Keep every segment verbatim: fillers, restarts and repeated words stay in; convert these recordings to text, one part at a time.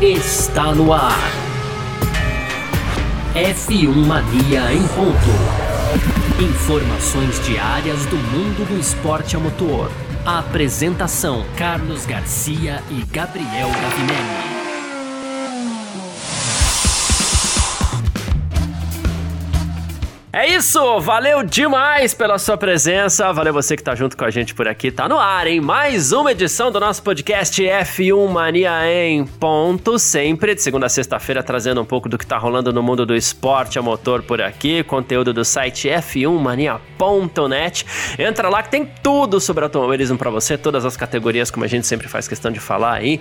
está no ar. F um Mania em ponto. Informações diárias do mundo do esporte a motor. A apresentação: Carlos Garcia e Gabriel Gavinelli. É isso, valeu demais pela sua presença, valeu você que tá junto com a gente por aqui, tá no ar, hein? Mais uma edição do nosso podcast F um Mania em ponto, sempre de segunda a sexta-feira trazendo um pouco do que tá rolando no mundo do esporte a motor por aqui, conteúdo do site F um mania ponto net, entra lá que tem tudo sobre automobilismo pra você, todas as categorias como a gente sempre faz questão de falar aí,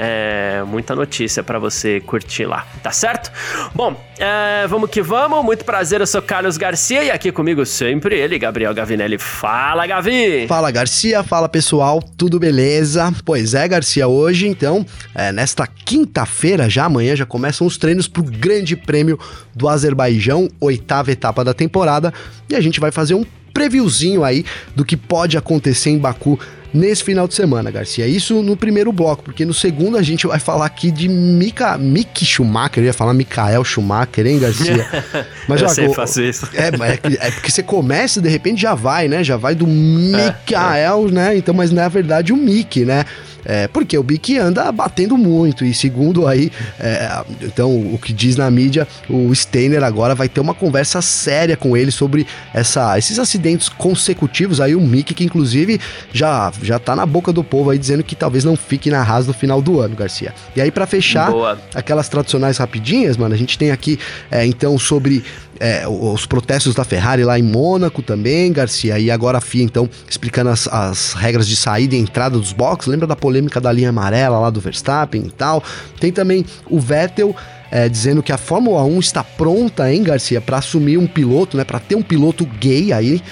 é, muita notícia pra você curtir lá, tá certo? Bom, é, vamos que vamos, muito prazer, eu sou Carlos Garcia e aqui comigo sempre ele, Gabriel Gavinelli. Fala, Gavi! Fala, Garcia. Fala, pessoal. Tudo beleza? Pois é, Garcia, hoje, então, é, nesta quinta-feira, já amanhã, já começam os treinos pro Grande Prêmio do Azerbaijão, oitava etapa da temporada, e a gente vai fazer um previewzinho aí do que pode acontecer em Baku nesse final de semana, Garcia. Isso no primeiro bloco, porque no segundo a gente vai falar aqui de Mika, Mick Schumacher, eu ia falar Michael Schumacher, hein, Garcia? Mas eu ó, sei fazer isso. É, é, é porque você começa e de repente já vai, né? Já vai do Michael, é, é. né? Então, mas na verdade o Mick, né? É, porque o Mick anda batendo muito e segundo aí, é, então o que diz na mídia, o Steiner agora vai ter uma conversa séria com ele sobre essa, esses acidentes consecutivos aí, o Mick que inclusive já, já tá na boca do povo aí dizendo que talvez não fique na Haas no final do ano, Garcia. E aí pra fechar, Boa. aquelas tradicionais rapidinhas, mano, a gente tem aqui é, então sobre É, os protestos da Ferrari lá em Mônaco também, Garcia, e agora a F I A então explicando as, as regras de saída e entrada dos boxes, lembra da polêmica da linha amarela lá do Verstappen e tal, tem também o Vettel é, dizendo que a Fórmula um está pronta, hein, Garcia, para assumir um piloto, né, para ter um piloto gay aí,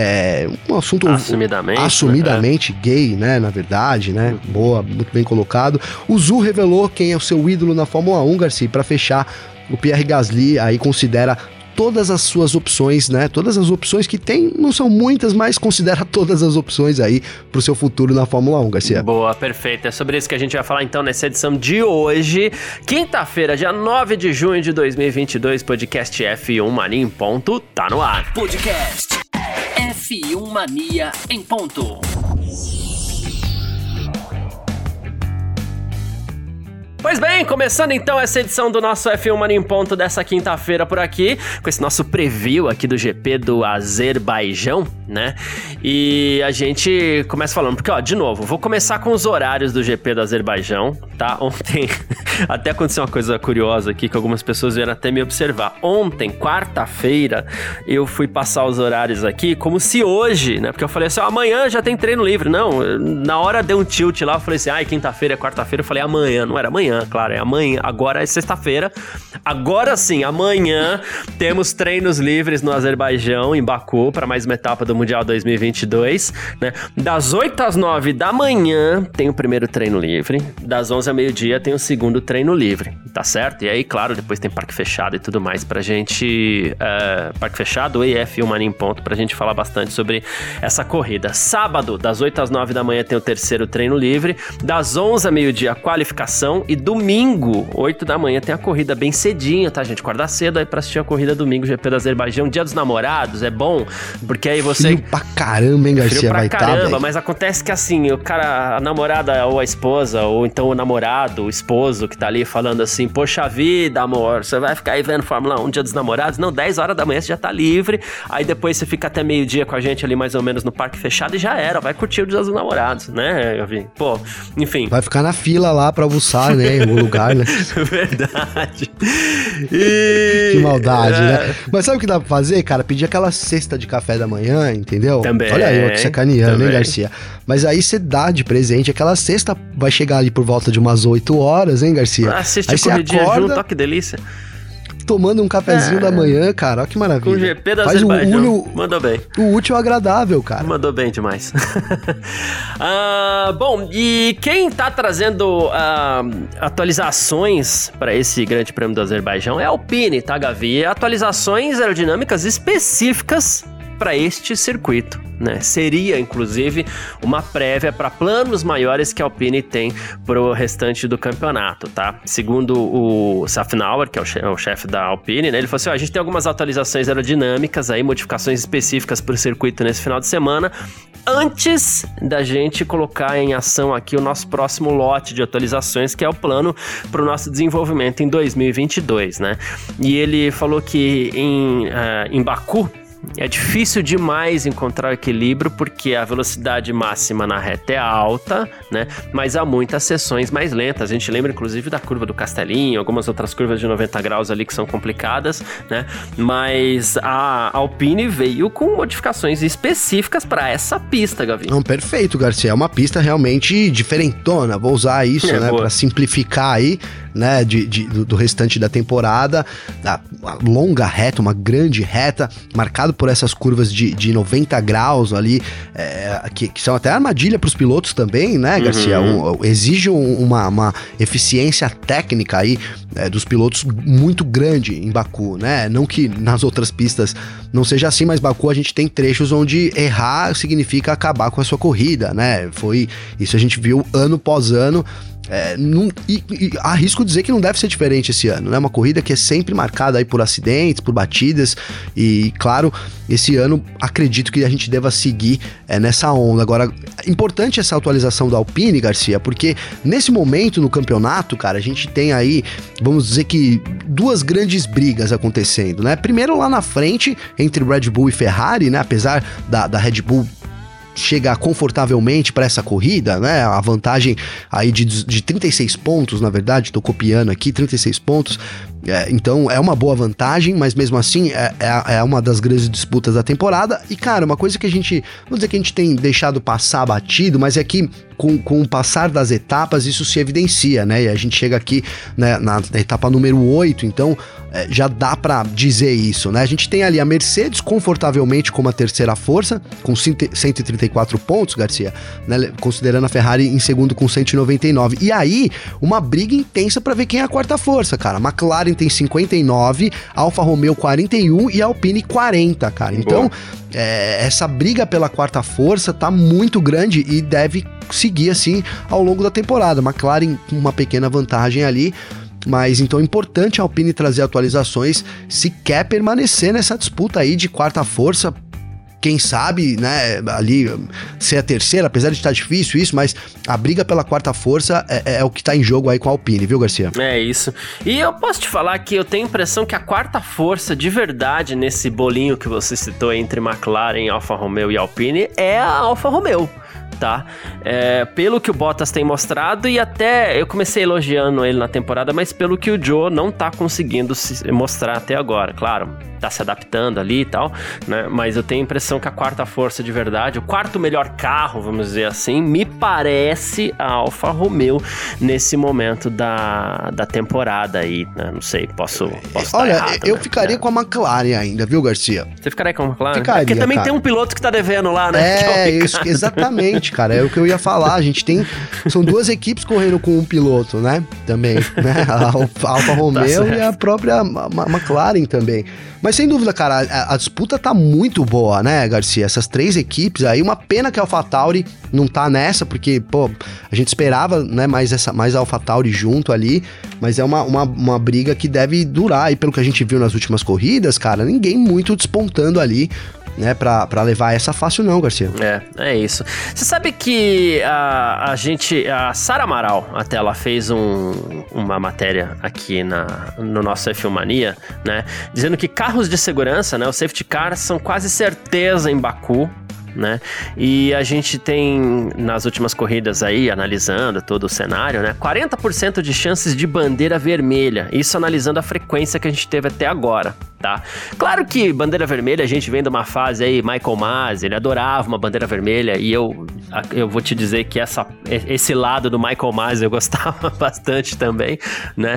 é um assunto assumidamente, assumidamente né? gay, né, na verdade, né, boa, muito bem colocado. O Zhu revelou quem é o seu ídolo na Fórmula um, Garcia, para fechar, o Pierre Gasly aí considera todas as suas opções, né? Todas as opções que tem, não são muitas, mas considera todas as opções aí pro seu futuro na Fórmula um, Garcia. Boa, perfeito. É sobre isso que a gente vai falar então nessa edição de hoje, quinta-feira, dia nove de junho de dois mil e vinte e dois, podcast F um Mania em ponto, tá no ar. Podcast F um Mania em ponto. Pois bem, começando então essa edição do nosso F um Mania em ponto dessa quinta-feira por aqui, com esse nosso preview aqui do G P do Azerbaijão, né? E a gente começa falando, porque ó, de novo, vou começar com os horários do G P do Azerbaijão, tá? Ontem até aconteceu uma coisa curiosa aqui, que algumas pessoas vieram até me observar. Ontem, quarta-feira, eu fui passar os horários aqui como se hoje, né? Porque eu falei assim, ó, amanhã já tem treino livre. Não, na hora deu um tilt lá, eu falei assim, ai, quinta-feira é quarta-feira, eu falei amanhã, não era amanhã. Claro, é amanhã, agora é sexta-feira. Agora sim, amanhã temos treinos livres no Azerbaijão, em Baku, para mais uma etapa do Mundial dois mil e vinte e dois, né? Das oito às nove da manhã tem o primeiro treino livre, das onze ao meio-dia tem o segundo treino livre, tá certo? E aí, claro, depois tem parque fechado e tudo mais pra gente, uh, parque fechado e F um Mania em ponto, pra gente falar bastante sobre essa corrida. Sábado, das oito às nove da manhã tem o terceiro treino livre, das onze ao meio-dia a qualificação e domingo, oito da manhã, tem a corrida bem cedinho, tá, gente? Acordar cedo aí pra assistir a corrida domingo, G P do Azerbaijão, Dia dos Namorados, é bom, porque aí você... Frio pra caramba, hein, Garcia? Frio pra vai caramba, tá, mas acontece que assim, o cara, a namorada ou a esposa, ou então o namorado, o esposo que tá ali falando assim, poxa vida, amor, você vai ficar aí vendo Fórmula um, Dia dos Namorados? Não, dez horas da manhã você já tá livre, aí depois você fica até meio-dia com a gente ali mais ou menos no parque fechado e já era, vai curtir o Dia dos Namorados, né, Gavi? Pô, enfim. Vai ficar na fila lá pra almoçar, né, o lugar, né? Verdade. E... Que maldade, é... né? Mas sabe o que dá pra fazer, cara? Pedir aquela cesta de café da manhã, entendeu? Também. Olha aí, eu te sacaneando, também. hein, Garcia? Mas aí você dá de presente, aquela cesta vai chegar ali por volta de umas oito horas, hein, Garcia? Assiste aí a corridinha acorda... junto, ó, que delícia. Tomando um cafezinho é. da manhã, cara, olha que maravilha. Com o G P da Faz Azerbaijão, o, o, mandou bem. O útil agradável, cara. Mandou bem demais. ah, bom, e quem tá trazendo ah, atualizações para esse grande prêmio do Azerbaijão é a Alpine, tá, Gavi? Atualizações aerodinâmicas específicas para este circuito, né? Seria, inclusive, uma prévia para planos maiores que a Alpine tem pro restante do campeonato, tá? Segundo o Safnauer, que é o, che- o chefe da Alpine, né? Ele falou assim, ó, a gente tem algumas atualizações aerodinâmicas aí, modificações específicas pro circuito nesse final de semana, antes da gente colocar em ação aqui o nosso próximo lote de atualizações, que é o plano pro nosso desenvolvimento em dois mil e vinte e dois, né? E ele falou que em, uh, em Baku, é difícil demais encontrar o equilíbrio porque a velocidade máxima na reta é alta, né? Mas há muitas seções mais lentas. A gente lembra, inclusive, da curva do Castelinho, algumas outras curvas de noventa graus ali que são complicadas, né? Mas a Alpine veio com modificações específicas para essa pista, Gavi. Não, perfeito, Garcia. É uma pista realmente diferentona. Vou usar isso, é, né? Para simplificar aí, né? De, de, do, do restante da temporada. A, a longa reta, uma grande reta, marcada por essas curvas de, de noventa graus ali, é, que, que são até armadilha para os pilotos também, né, Garcia? Uhum. Um, exige um, uma, uma eficiência técnica aí é, dos pilotos muito grande em Baku, né? Não que nas outras pistas não seja assim, mas Baku a gente tem trechos onde errar significa acabar com a sua corrida, né? Foi isso, a gente viu ano após ano. É, não, e, e arrisco dizer que não deve ser diferente esse ano, né? Uma corrida que é sempre marcada aí por acidentes, por batidas, e claro, esse ano acredito que a gente deva seguir é, nessa onda. Agora, importante essa atualização da Alpine, Garcia, porque nesse momento no campeonato, cara, a gente tem aí, vamos dizer que duas grandes brigas acontecendo, né? Primeiro lá na frente, entre Red Bull e Ferrari, né? Apesar da, da Red Bull chegar confortavelmente para essa corrida, né? A vantagem aí de, de trinta e seis pontos, na verdade, tô copiando aqui, trinta e seis pontos. É, então é uma boa vantagem, mas mesmo assim é, é, é uma das grandes disputas da temporada. E cara, uma coisa que a gente, vamos dizer que a gente tem deixado passar batido, mas é que com, com o passar das etapas isso se evidencia, né? E a gente chega aqui, né, na, na etapa número oito, então é, já dá pra dizer isso, né? A gente tem ali a Mercedes confortavelmente como a terceira força, com cento e trinta e quatro pontos, Garcia, né? Considerando a Ferrari em segundo com cento e noventa e nove. E aí, uma briga intensa pra ver quem é a quarta força, cara. A McLaren tem cinquenta e nove, Alfa Romeo quarenta e um e Alpine quarenta, cara. Então, é, essa briga pela quarta força tá muito grande e deve seguir assim ao longo da temporada. McLaren com uma pequena vantagem ali, mas então é importante a Alpine trazer atualizações se quer permanecer nessa disputa aí de quarta força. Quem sabe, né, ali ser a terceira, apesar de estar difícil isso, mas a briga pela quarta força é, é o que tá em jogo aí com a Alpine, viu, Garcia? É isso. E eu posso te falar que eu tenho a impressão que a quarta força de verdade nesse bolinho que você citou entre McLaren, Alfa Romeo e Alpine é a Alfa Romeo. Tá? É, pelo que o Bottas tem mostrado, e até eu comecei elogiando ele na temporada, mas pelo que o Joe não tá conseguindo se mostrar até agora, claro, tá se adaptando ali e tal, né? Mas eu tenho a impressão que a quarta força de verdade, o quarto melhor carro, vamos dizer assim, me parece a Alfa Romeo nesse momento da, da temporada aí, né? Não sei, posso, posso Olha, estar errado, eu né? ficaria é. com a McLaren ainda, viu, Garcia? Você ficaria com a McLaren? Ficaria, é porque também cara. tem um piloto que tá devendo lá, né? É, é isso, exatamente, cara, é o que eu ia falar, a gente tem, são duas equipes correndo com um piloto, né, também, né, a Alfa Romeo tá e a própria McLaren também. Mas sem dúvida, cara, a, a disputa tá muito boa, né, Garcia? Essas três equipes aí, uma pena que a AlphaTauri não tá nessa, porque, pô, a gente esperava, né, mais, essa, mais a AlphaTauri junto ali, mas é uma, uma, uma briga que deve durar, e pelo que a gente viu nas últimas corridas, cara, ninguém muito despontando ali, né, pra, pra levar essa fácil não, Garcia. É, é isso. Você sabe que a, a gente, a Sara Amaral, até ela fez um, uma matéria aqui na, no nosso F um Mania, né, dizendo que carros de segurança, né, os safety cars são quase certeza em Baku, né? E a gente tem nas últimas corridas aí, analisando todo o cenário, né, quarenta por cento de chances de bandeira vermelha, isso analisando a frequência que a gente teve até agora, tá? Claro que bandeira vermelha, a gente vem de uma fase aí, Michael Masi, ele adorava uma bandeira vermelha, e eu, eu vou te dizer que essa, esse lado do Michael Masi eu gostava bastante também, né?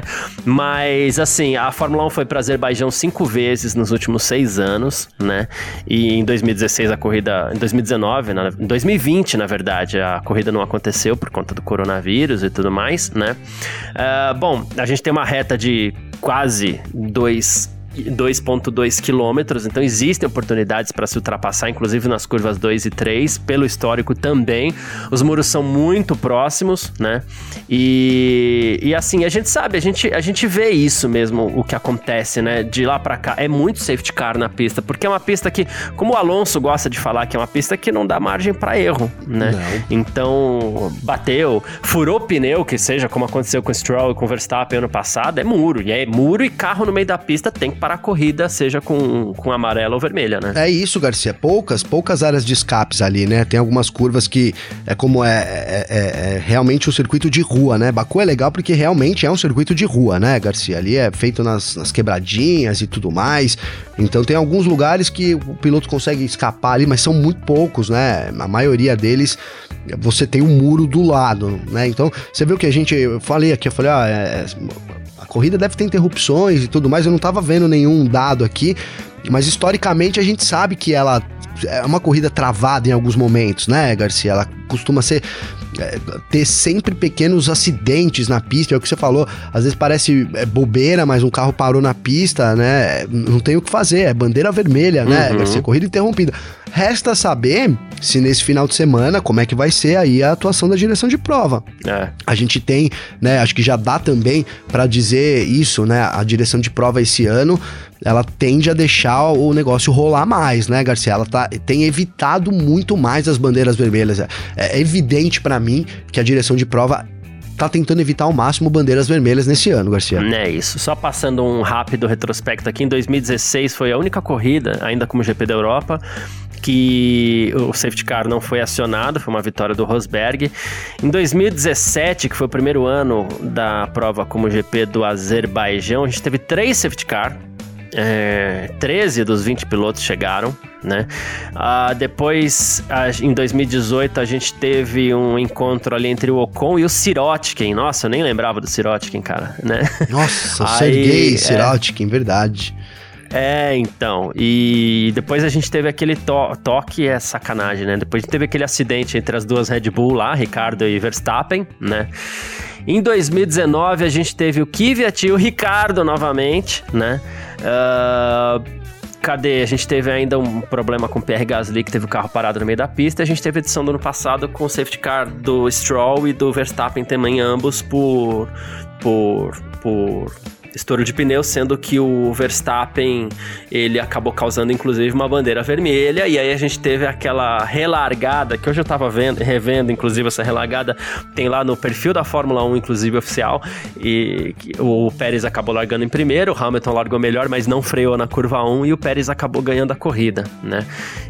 Mas assim, a Fórmula um foi para Azerbaijão cinco vezes nos últimos seis anos, né? E em dois mil e dezesseis a corrida, em dois mil e dezenove, em dois mil e vinte, na verdade, a corrida não aconteceu por conta do coronavírus e tudo mais, né? Uh, bom, a gente tem uma reta de quase dois dois vírgula dois quilômetros, então existem oportunidades para se ultrapassar, inclusive nas curvas dois e três, pelo histórico também. Os muros são muito próximos, né? E, e assim, a gente sabe, a gente, a gente vê isso mesmo, o que acontece, né? De lá para cá, é muito safety car na pista, porque é uma pista que, como o Alonso gosta de falar, que é uma pista que não dá margem para erro, né? Não. Então, bateu, furou pneu, que seja, como aconteceu com o Stroll e com o Verstappen ano passado, é muro, e é muro e carro no meio da pista tem que parar a corrida, seja com, com amarela ou vermelha, né? É isso, Garcia, poucas, poucas áreas de escapes ali, né? Tem algumas curvas que é como é, é, é, é realmente um circuito de rua, né? Baku é legal porque realmente é um circuito de rua, né, Garcia? Ali é feito nas, nas quebradinhas e tudo mais, então tem alguns lugares que o piloto consegue escapar ali, mas são muito poucos, né? A maioria deles, você tem um muro do lado, né? Então, você viu que a gente, eu falei aqui, eu falei, ah, é, a corrida deve ter interrupções e tudo mais, eu não tava vendo nenhum dado aqui, mas historicamente a gente sabe que ela é uma corrida travada em alguns momentos, né, Garcia? Ela costuma ser é, ter sempre pequenos acidentes na pista, é o que você falou, às vezes parece é, bobeira, mas um carro parou na pista, né? Não tem o que fazer, é bandeira vermelha, né, uhum. Garcia? Corrida interrompida. Resta saber se nesse final de semana, como é que vai ser aí a atuação da direção de prova. É. A gente tem, né, acho que já dá também para dizer isso, né, a direção de prova esse ano, ela tende a deixar o negócio rolar mais, né, Garcia? Ela tá, tem evitado muito mais as bandeiras vermelhas. É, é evidente para mim que a direção de prova tá tentando evitar ao máximo bandeiras vermelhas nesse ano, Garcia. É isso. Só passando um rápido retrospecto aqui, em dois mil e dezesseis foi a única corrida, ainda como G P da Europa, que o safety car não foi acionado, foi uma vitória do Rosberg. Em dois mil e dezessete, que foi o primeiro ano da prova como G P do Azerbaijão, a gente teve três safety car, é, treze dos vinte pilotos chegaram, né? Ah, depois, em dois mil e dezoito, a gente teve um encontro ali entre o Ocon e o Sirotkin. Nossa, eu nem lembrava do Sirotkin, cara, né? Nossa, o Sergei Sirotkin, é... verdade. É, então, e depois a gente teve aquele to- toque, é sacanagem, né? Depois a gente teve aquele acidente entre as duas Red Bull lá, Ricardo e Verstappen, né? Em dois mil e dezenove a gente teve o Kvyat e o Ricardo novamente, né? Uh, cadê? A gente teve ainda um problema com o Pierre Gasly, que teve o carro parado no meio da pista. A gente teve a edição do ano passado com o safety car do Stroll e do Verstappen também, ambos por... por... por... estouro de pneu, sendo que o Verstappen, ele acabou causando inclusive uma bandeira vermelha, e aí a gente teve aquela relargada, que hoje eu tava vendo, revendo inclusive essa relargada, tem lá no perfil da Fórmula um, inclusive oficial, e o Pérez acabou largando em primeiro, o Hamilton largou melhor, mas não freou na curva um, e o Pérez acabou ganhando a corrida, né?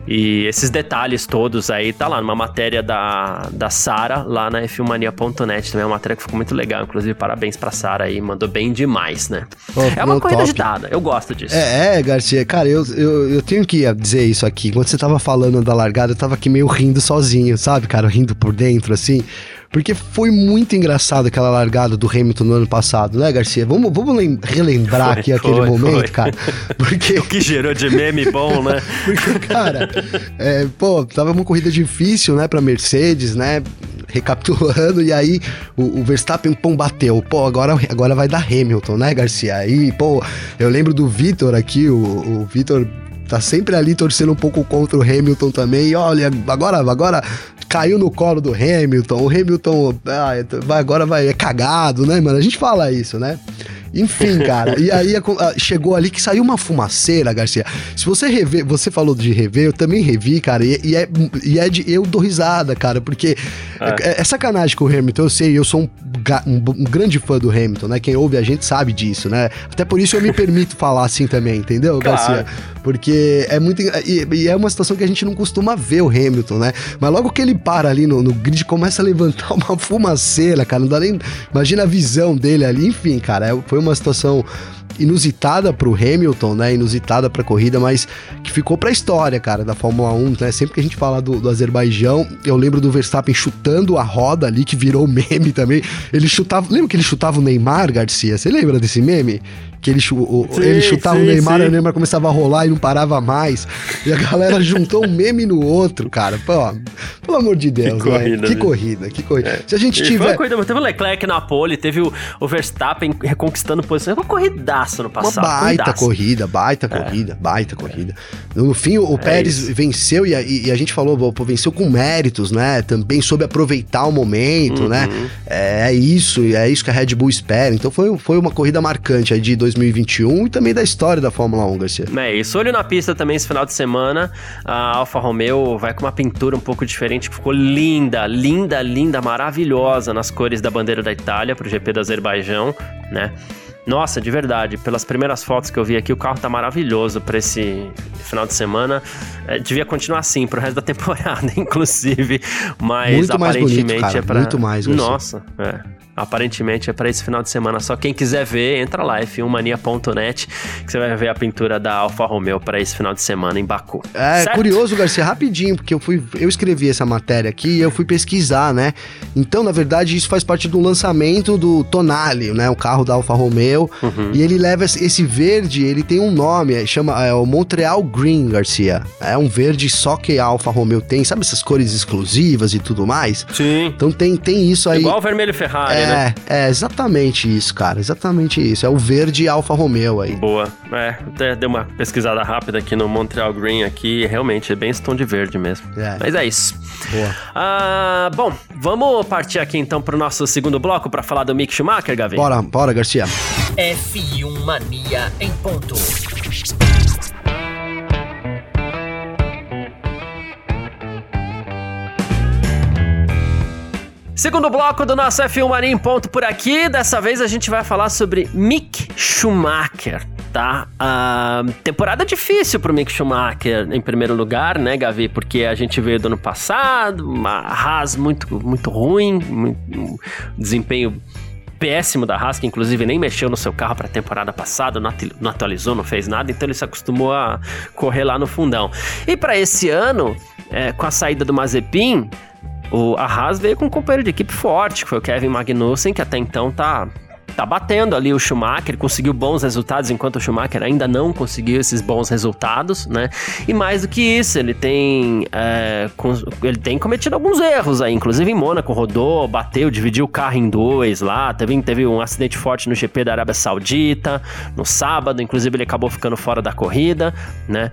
E esses detalhes todos aí, tá lá numa matéria da, da Sara, lá na F um Mania ponto net, também é uma matéria que ficou muito legal, inclusive parabéns pra Sara aí, mandou bem demais, né? Oh, é uma corrida top. Agitada, eu gosto disso. É, é, Garcia, cara, eu, eu, eu tenho que dizer isso aqui. Quando você tava falando da largada, eu tava aqui meio rindo sozinho, sabe, cara? Rindo por dentro, assim. Porque foi muito engraçado aquela largada do Hamilton no ano passado, né, Garcia? Vamos, vamos lem- relembrar foi, aqui foi, aquele momento, foi. cara. Porque... o que gerou de meme bom, né? Porque, cara, é, pô, tava uma corrida difícil, né, pra Mercedes, né? Recapitulando, e aí o, o Verstappen, pum, bateu. Pô, agora, agora vai dar Hamilton, né, Garcia? Aí, pô, eu lembro do Vitor aqui, o, o Vitor tá sempre ali torcendo um pouco contra o Hamilton também. E olha, agora, agora caiu no colo do Hamilton. O Hamilton ah, vai, agora vai, é cagado, né, mano? A gente fala isso, né? Enfim, cara, e aí a, a, chegou ali que saiu uma fumaceira, Garcia. Se você rever, você falou de rever, eu também revi, cara, e, e, é, e é de, eu dou risada, cara, porque é. É, é sacanagem com o Hamilton, eu sei, eu sou um, um, um grande fã do Hamilton, né? Quem ouve a gente sabe disso, né? Até por isso eu me permito falar assim também, entendeu, claro. Garcia? Porque é muito. E, e é uma situação que a gente não costuma ver o Hamilton, né? Mas logo que ele para ali no, no grid, começa a levantar uma fumaceira, cara, não dá nem. Imagina a visão dele ali, enfim, cara, foi uma situação inusitada pro Hamilton, né, inusitada pra corrida, mas que ficou pra história, cara, da Fórmula um, né, sempre que a gente fala do, do Azerbaijão, eu lembro do Verstappen chutando a roda ali, que virou meme também, ele chutava, lembra que ele chutava o Neymar, Garcia? Você lembra desse meme? Que ele, o, sim, ele chutava sim, o Neymar sim. E o Neymar começava a rolar e não parava mais. E a galera juntou um meme no outro, cara. Pô, pelo amor de Deus, que corrida, né? Que corrida, que corrida. É. Se a gente e tiver... Foi uma corrida, teve o Leclerc na pole, teve o, o Verstappen reconquistando posição. Foi uma corridaça, corridaço no passado. Uma baita corridaço. corrida, baita é. corrida, baita corrida. No fim, o, o é Pérez isso. venceu e a, e a gente falou, pô, venceu com méritos, né? Também soube aproveitar o momento, uhum. né? É, é isso, é isso que a Red Bull espera. Então foi, foi uma corrida marcante aí de dois mil e vinte e um e também da história da Fórmula um, Garcia. É isso, olho na pista também esse final de semana, a Alfa Romeo vai com uma pintura um pouco diferente, que ficou linda, linda, linda, maravilhosa nas cores da bandeira da Itália pro G P do Azerbaijão, né? Nossa, de verdade, pelas primeiras fotos que eu vi aqui, o carro tá maravilhoso pra esse final de semana. É, devia continuar assim pro resto da temporada, inclusive, mas muito aparentemente mais bonito, cara, é pra... muito mais. Nossa, é. Aparentemente é pra esse final de semana. Só quem quiser ver, entra lá, F um mania ponto net, que você vai ver a pintura da Alfa Romeo pra esse final de semana em Baku. É, certo? Curioso, Garcia, rapidinho, porque eu fui, eu escrevi essa matéria aqui e eu fui pesquisar, né? Então, na verdade, isso faz parte do lançamento do Tonale, né? O carro da Alfa Romeo. Uhum. E ele leva esse verde, ele tem um nome, chama é o Montreal Green, Garcia. É um verde só que a Alfa Romeo tem, sabe essas cores exclusivas e tudo mais? Sim. Então tem, tem isso aí. Igual o vermelho Ferrari, é, né? É, exatamente isso, cara, exatamente isso. É o verde Alfa Romeo aí. Boa. É, até dei uma pesquisada rápida aqui no Montreal Green aqui, realmente é bem esse tom de verde mesmo. É. Mas é isso. Boa. Ah, bom, vamos partir aqui então pro nosso segundo bloco pra falar do Mick Schumacher, Gavi? Bora, bora, Garcia. F um Mania em ponto. Segundo bloco do nosso F um Mania em ponto por aqui. Dessa vez a gente vai falar sobre Mick Schumacher, tá? Uh, temporada difícil pro Mick Schumacher, em primeiro lugar, né, Gavi? Porque a gente veio do ano passado, uma Haas muito, muito ruim, muito, um desempenho péssimo da Haas, que inclusive nem mexeu no seu carro para a temporada passada, não atualizou, não fez nada, então ele se acostumou a correr lá no fundão. E para esse ano, é, com a saída do Mazepin, o, a Haas veio com um companheiro de equipe forte, que foi o Kevin Magnussen, que até então tá... tá batendo ali o Schumacher, conseguiu bons resultados, enquanto o Schumacher ainda não conseguiu esses bons resultados, né? E mais do que isso, ele tem, é, com, ele tem cometido alguns erros aí, inclusive em Mônaco, rodou, bateu, dividiu o carro em dois lá, teve, teve um acidente forte no G P da Arábia Saudita, no sábado, inclusive ele acabou ficando fora da corrida, né?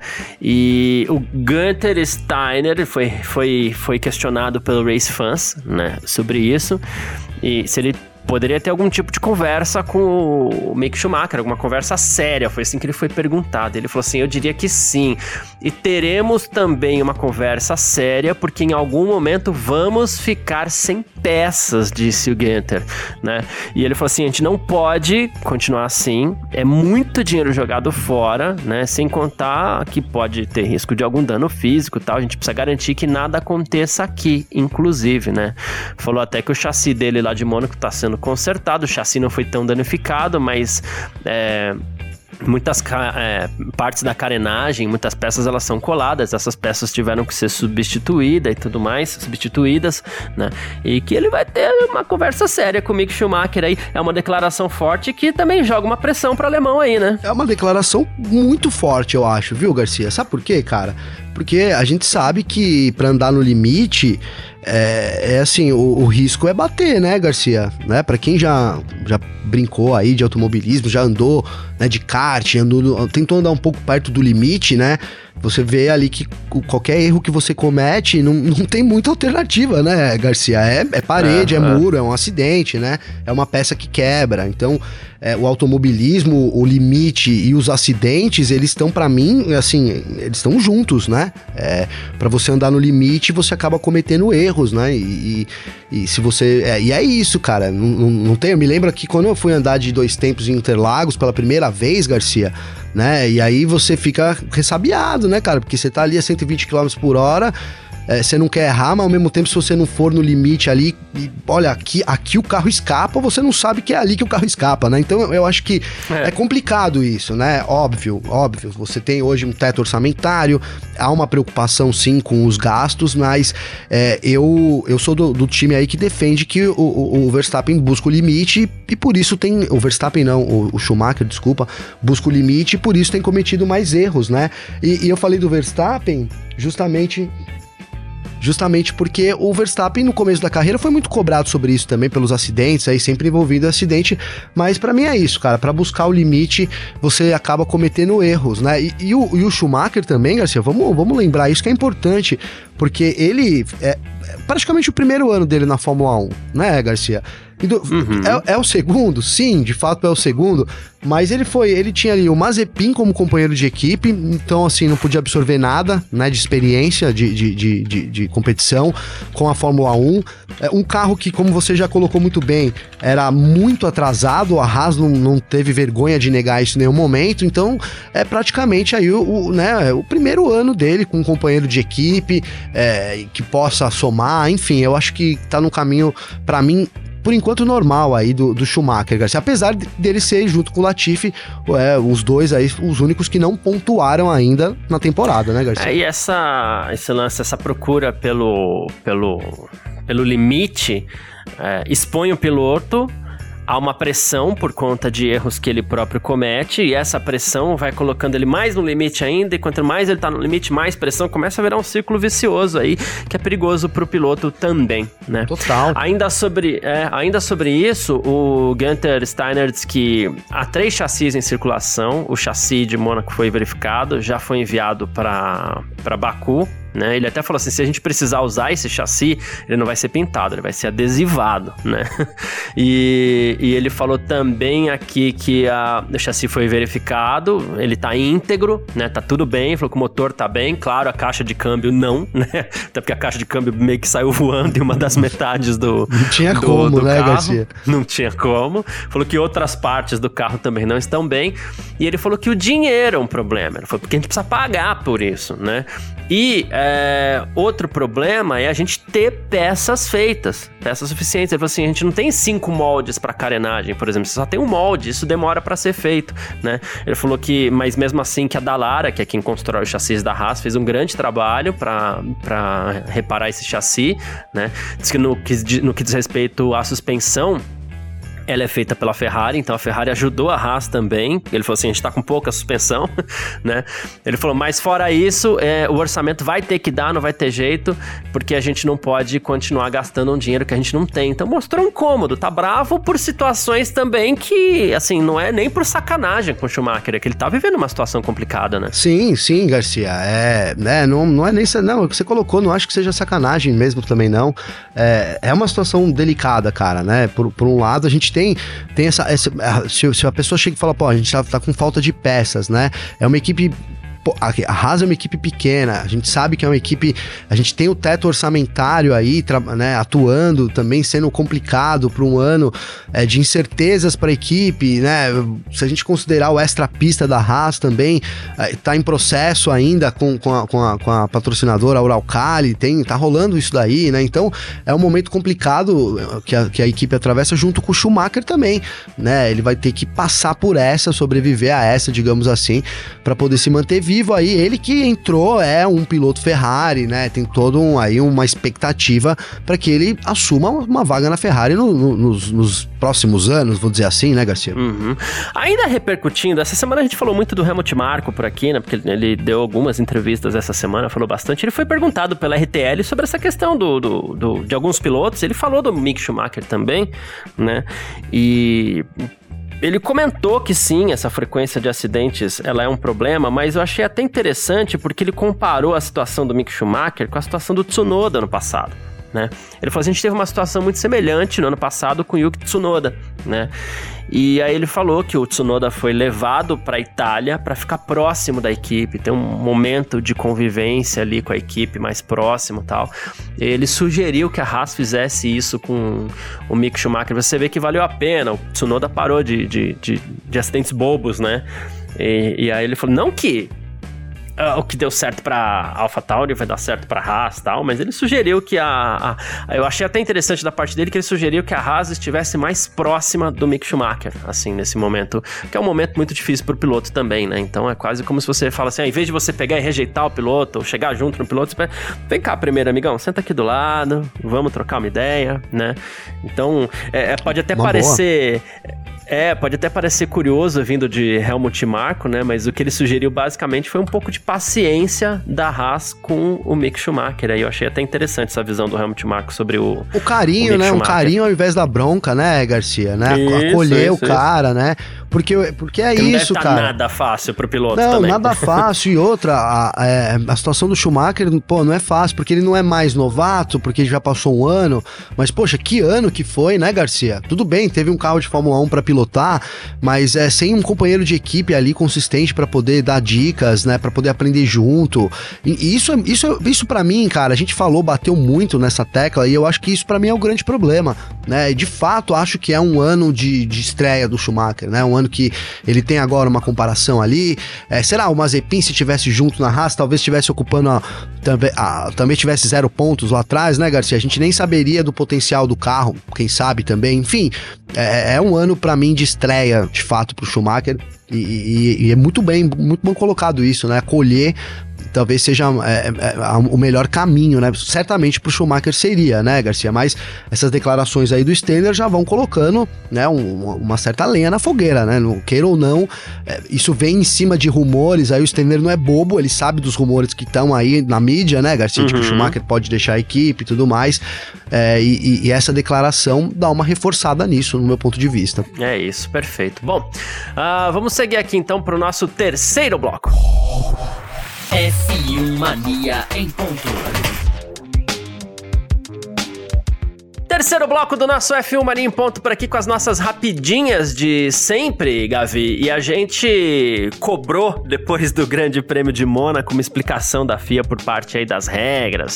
E o Gunther Steiner foi, foi, foi questionado pelo Race Fans, né, sobre isso, e se ele poderia ter algum tipo de conversa com o Mick Schumacher, alguma conversa séria, foi assim que ele foi perguntado. Ele falou assim, eu diria que sim. E teremos também uma conversa séria, porque em algum momento vamos ficar sem peças, disse o Gunther, né? E ele falou assim, a gente não pode continuar assim, é muito dinheiro jogado fora, né? Sem contar que pode ter risco de algum dano físico e tal, a gente precisa garantir que nada aconteça aqui, inclusive, né? Falou até que o chassi dele lá de Mônaco tá sendo consertado, o chassi não foi tão danificado, mas é, muitas é, partes da carenagem, muitas peças elas são coladas, essas peças tiveram que ser substituídas e tudo mais, substituídas, né? E que ele vai ter uma conversa séria com o Mick Schumacher aí, é uma declaração forte que também joga uma pressão pro alemão aí, né? É uma declaração muito forte, eu acho, viu, Garcia? Sabe por quê, cara? Porque a gente sabe que pra andar no limite, é, é assim, o, o risco é bater, né, Garcia? Né? Pra quem já, já brincou aí de automobilismo, já andou, né, de kart, andou, tentou andar um pouco perto do limite, né? Você vê ali que qualquer erro que você comete não, não tem muita alternativa, né, Garcia? É, é parede, uhum. é muro, é um acidente, né? É uma peça que quebra. Então, é, o automobilismo, o limite e os acidentes, eles estão, pra mim, assim, eles estão juntos, né? É, pra você andar no limite, você acaba cometendo erros, né? E, e, e se você... É, e é isso, cara. Não, não, não tem... Eu me lembro que quando eu fui andar de dois tempos em Interlagos pela primeira vez, Garcia, né? E aí você fica ressabiado, né, cara? Porque você tá ali a cento e vinte quilômetros por hora, é, você não quer errar, mas ao mesmo tempo, se você não for no limite ali, e, olha, aqui, aqui o carro escapa, você não sabe que é ali que o carro escapa, né? Então eu, eu acho que é. é complicado isso, né? Óbvio, óbvio, você tem hoje um teto orçamentário, há uma preocupação sim com os gastos, mas é, eu, eu sou do, do time aí que defende que o, o, o Verstappen busca o limite e por isso tem... O Verstappen não, o, o Schumacher, desculpa, busca o limite e por isso tem cometido mais erros, né? E, e eu falei do Verstappen justamente... justamente porque o Verstappen no começo da carreira foi muito cobrado sobre isso também, pelos acidentes, aí sempre envolvido acidente, mas pra mim é isso, cara, pra buscar o limite, você acaba cometendo erros, né? E, e, o, e o Schumacher também, Garcia, vamos, vamos lembrar isso que é importante, porque ele é praticamente o primeiro ano dele na Fórmula um, né, Garcia? Do, uhum. é, é o segundo? Sim, de fato é o segundo, mas ele foi, ele tinha ali o Mazepin como companheiro de equipe, então assim, não podia absorver nada, né, de experiência, de, de, de, de, de competição com a Fórmula um, é um carro que, como você já colocou muito bem, era muito atrasado, a Haas não, não teve vergonha de negar isso em nenhum momento, então é praticamente aí o, o, né, o primeiro ano dele com um companheiro de equipe, é, que possa somar, enfim, eu acho que tá no caminho, pra mim, por enquanto normal aí do, do Schumacher, Garcia, apesar dele ser junto com o Latifi, é, os dois aí, os únicos que não pontuaram ainda na temporada, né, Garcia? É, e essa, esse lance, essa procura pelo, pelo, pelo limite, é, expõe o piloto a uma pressão por conta de erros que ele próprio comete, e essa pressão vai colocando ele mais no limite ainda, e quanto mais ele tá no limite, mais pressão, começa a virar um círculo vicioso aí, que é perigoso pro piloto também, né? Total. Ainda sobre, é, ainda sobre isso, o Gunther Steiner diz que há três chassis em circulação, o chassi de Mônaco foi verificado, já foi enviado para para Baku, né? Ele até falou assim, se a gente precisar usar esse chassi, ele não vai ser pintado, ele vai ser adesivado, né? E, e ele falou também aqui que a, o chassi foi verificado, ele tá íntegro, né? Tá tudo bem, falou que o motor tá bem, claro, a caixa de câmbio não, né? Até porque a caixa de câmbio meio que saiu voando em uma das metades do Não tinha do, como, do né, carro. Garcia? Não tinha como. Falou que outras partes do carro também não estão bem. E ele falou que o dinheiro é um problema. Ele falou porque a gente precisa pagar por isso, né? E é, outro problema é a gente ter peças feitas, peças suficientes. Ele falou assim, a gente não tem cinco moldes para carenagem, por exemplo, você só tem um molde, isso demora para ser feito, né? Ele falou que, mas mesmo assim que a Dallara, que é quem constrói os chassis da Haas, fez um grande trabalho para reparar esse chassi, né? Diz que no, que no que diz respeito à suspensão, ela é feita pela Ferrari, então a Ferrari ajudou a Haas também. Ele falou assim, a gente tá com pouca suspensão, né? Ele falou, mas fora isso, é, o orçamento vai ter que dar, não vai ter jeito, porque a gente não pode continuar gastando um dinheiro que a gente não tem. Então mostrou um cômodo, tá bravo por situações também que, assim, não é nem por sacanagem com o Schumacher, é que ele tá vivendo uma situação complicada, né? Sim, sim, Garcia, é, né, não, não é nem, não, o que você colocou, não acho que seja sacanagem mesmo também não, é, é uma situação delicada, cara, né? Por, por um lado, a gente tem Tem, tem essa, essa se, se a pessoa chega e fala, pô, a gente tá, tá com falta de peças, né? É uma equipe... A Haas é uma equipe pequena, a gente sabe que é uma equipe, a gente tem o teto orçamentário aí, né, atuando, também sendo complicado para um ano é, de incertezas para a equipe, né, se a gente considerar o extra pista da Haas também, é, tá em processo ainda com, com, a, com, a, com a patrocinadora Uralkali, tem, tá rolando isso daí, né, então é um momento complicado que a, que a equipe atravessa junto com o Schumacher também, né, ele vai ter que passar por essa, sobreviver a essa, digamos assim, para poder se manter vivo. Vivo aí, ele que entrou, é um piloto Ferrari, né, tem todo um, aí uma expectativa para que ele assuma uma vaga na Ferrari no, no, nos, nos próximos anos, vou dizer assim, né, Garcia? Uhum. Ainda repercutindo, essa semana a gente falou muito do Helmut Marko por aqui, né, porque ele deu algumas entrevistas essa semana, falou bastante, ele foi perguntado pela R T L sobre essa questão do, do, do, de alguns pilotos, ele falou do Mick Schumacher também, né, e... Ele comentou que sim, essa frequência de acidentes ela é um problema, mas eu achei até interessante porque ele comparou a situação do Mick Schumacher com a situação do Tsunoda no passado, né? Ele falou assim, a gente teve uma situação muito semelhante no ano passado com o Yuki Tsunoda, né? E aí ele falou que o Tsunoda foi levado para a Itália para ficar próximo da equipe, ter um momento de convivência ali com a equipe mais próximo e tal. Ele sugeriu que a Haas fizesse isso com o Mick Schumacher. Você vê que valeu a pena, o Tsunoda parou de, de, de, de acidentes bobos, né? E, e aí ele falou, não que... Uh, o que deu certo pra AlphaTauri vai dar certo pra Haas e tal, mas ele sugeriu que a, a... Eu achei até interessante da parte dele que ele sugeriu que a Haas estivesse mais próxima do Mick Schumacher, assim, nesse momento, que é um momento muito difícil pro piloto também, né? Então é quase como se você fala assim, ah, em vez de você pegar e rejeitar o piloto, ou chegar junto no piloto, você pega, vem cá primeiro, amigão, senta aqui do lado, vamos trocar uma ideia, né? Então, é, pode até uma parecer... Boa. É, pode até parecer curioso vindo de Helmut Marko, né? Mas o que ele sugeriu basicamente foi um pouco de paciência da Haas com o Mick Schumacher. Aí eu achei até interessante essa visão do Helmut Marko sobre o O carinho, o né? Schumacher. Um carinho ao invés da bronca, né, Garcia? Né? Isso, Acolher isso, o cara, isso. né? Porque, porque é que isso, não deve cara. Não nada fácil pro piloto não, também. Não, nada fácil. E outra, a, a, a situação do Schumacher, pô, não é fácil, porque ele não é mais novato, porque já passou um ano. Mas, poxa, que ano que foi, né, Garcia? Tudo bem, teve um carro de Fórmula um pra pilotar, mas é sem um companheiro de equipe ali consistente pra poder dar dicas, né, pra poder aprender junto. E, e isso, isso, isso pra mim, cara, a gente falou, bateu muito nessa tecla, e eu acho que isso pra mim é o grande problema, né? E de fato, acho que é um ano de, de estreia do Schumacher, né? Um ano que ele tem agora uma comparação ali. É, será o Mazepin, se tivesse junto na Haas, talvez estivesse ocupando a, também, a, também tivesse zero pontos lá atrás, né, Garcia? A gente nem saberia do potencial do carro, quem sabe também. Enfim, é, é um ano pra mim de estreia, de fato, pro Schumacher. E, e, e é muito bem, muito bom colocado isso, né? Colher talvez seja é, é, o melhor caminho, né? Certamente pro Schumacher seria, né, Garcia? Mas essas declarações aí do Steiner já vão colocando, né, um, uma certa lenha na fogueira, né? Não queira ou não, é, isso vem em cima de rumores, aí o Steiner não é bobo, ele sabe dos rumores que estão aí na mídia, né, Garcia? Uhum. De que o Schumacher pode deixar a equipe e tudo mais, é, e, e essa declaração dá uma reforçada nisso, no meu ponto de vista. É isso, perfeito. Bom, uh, vamos seguir aqui então pro nosso terceiro bloco. F um Mania em ponto. Terceiro bloco do nosso F um Mania em ponto por aqui com as nossas rapidinhas de sempre, Gavi. E a gente cobrou, depois do Grande Prêmio de Mônaco, uma explicação da F I A por parte aí das regras,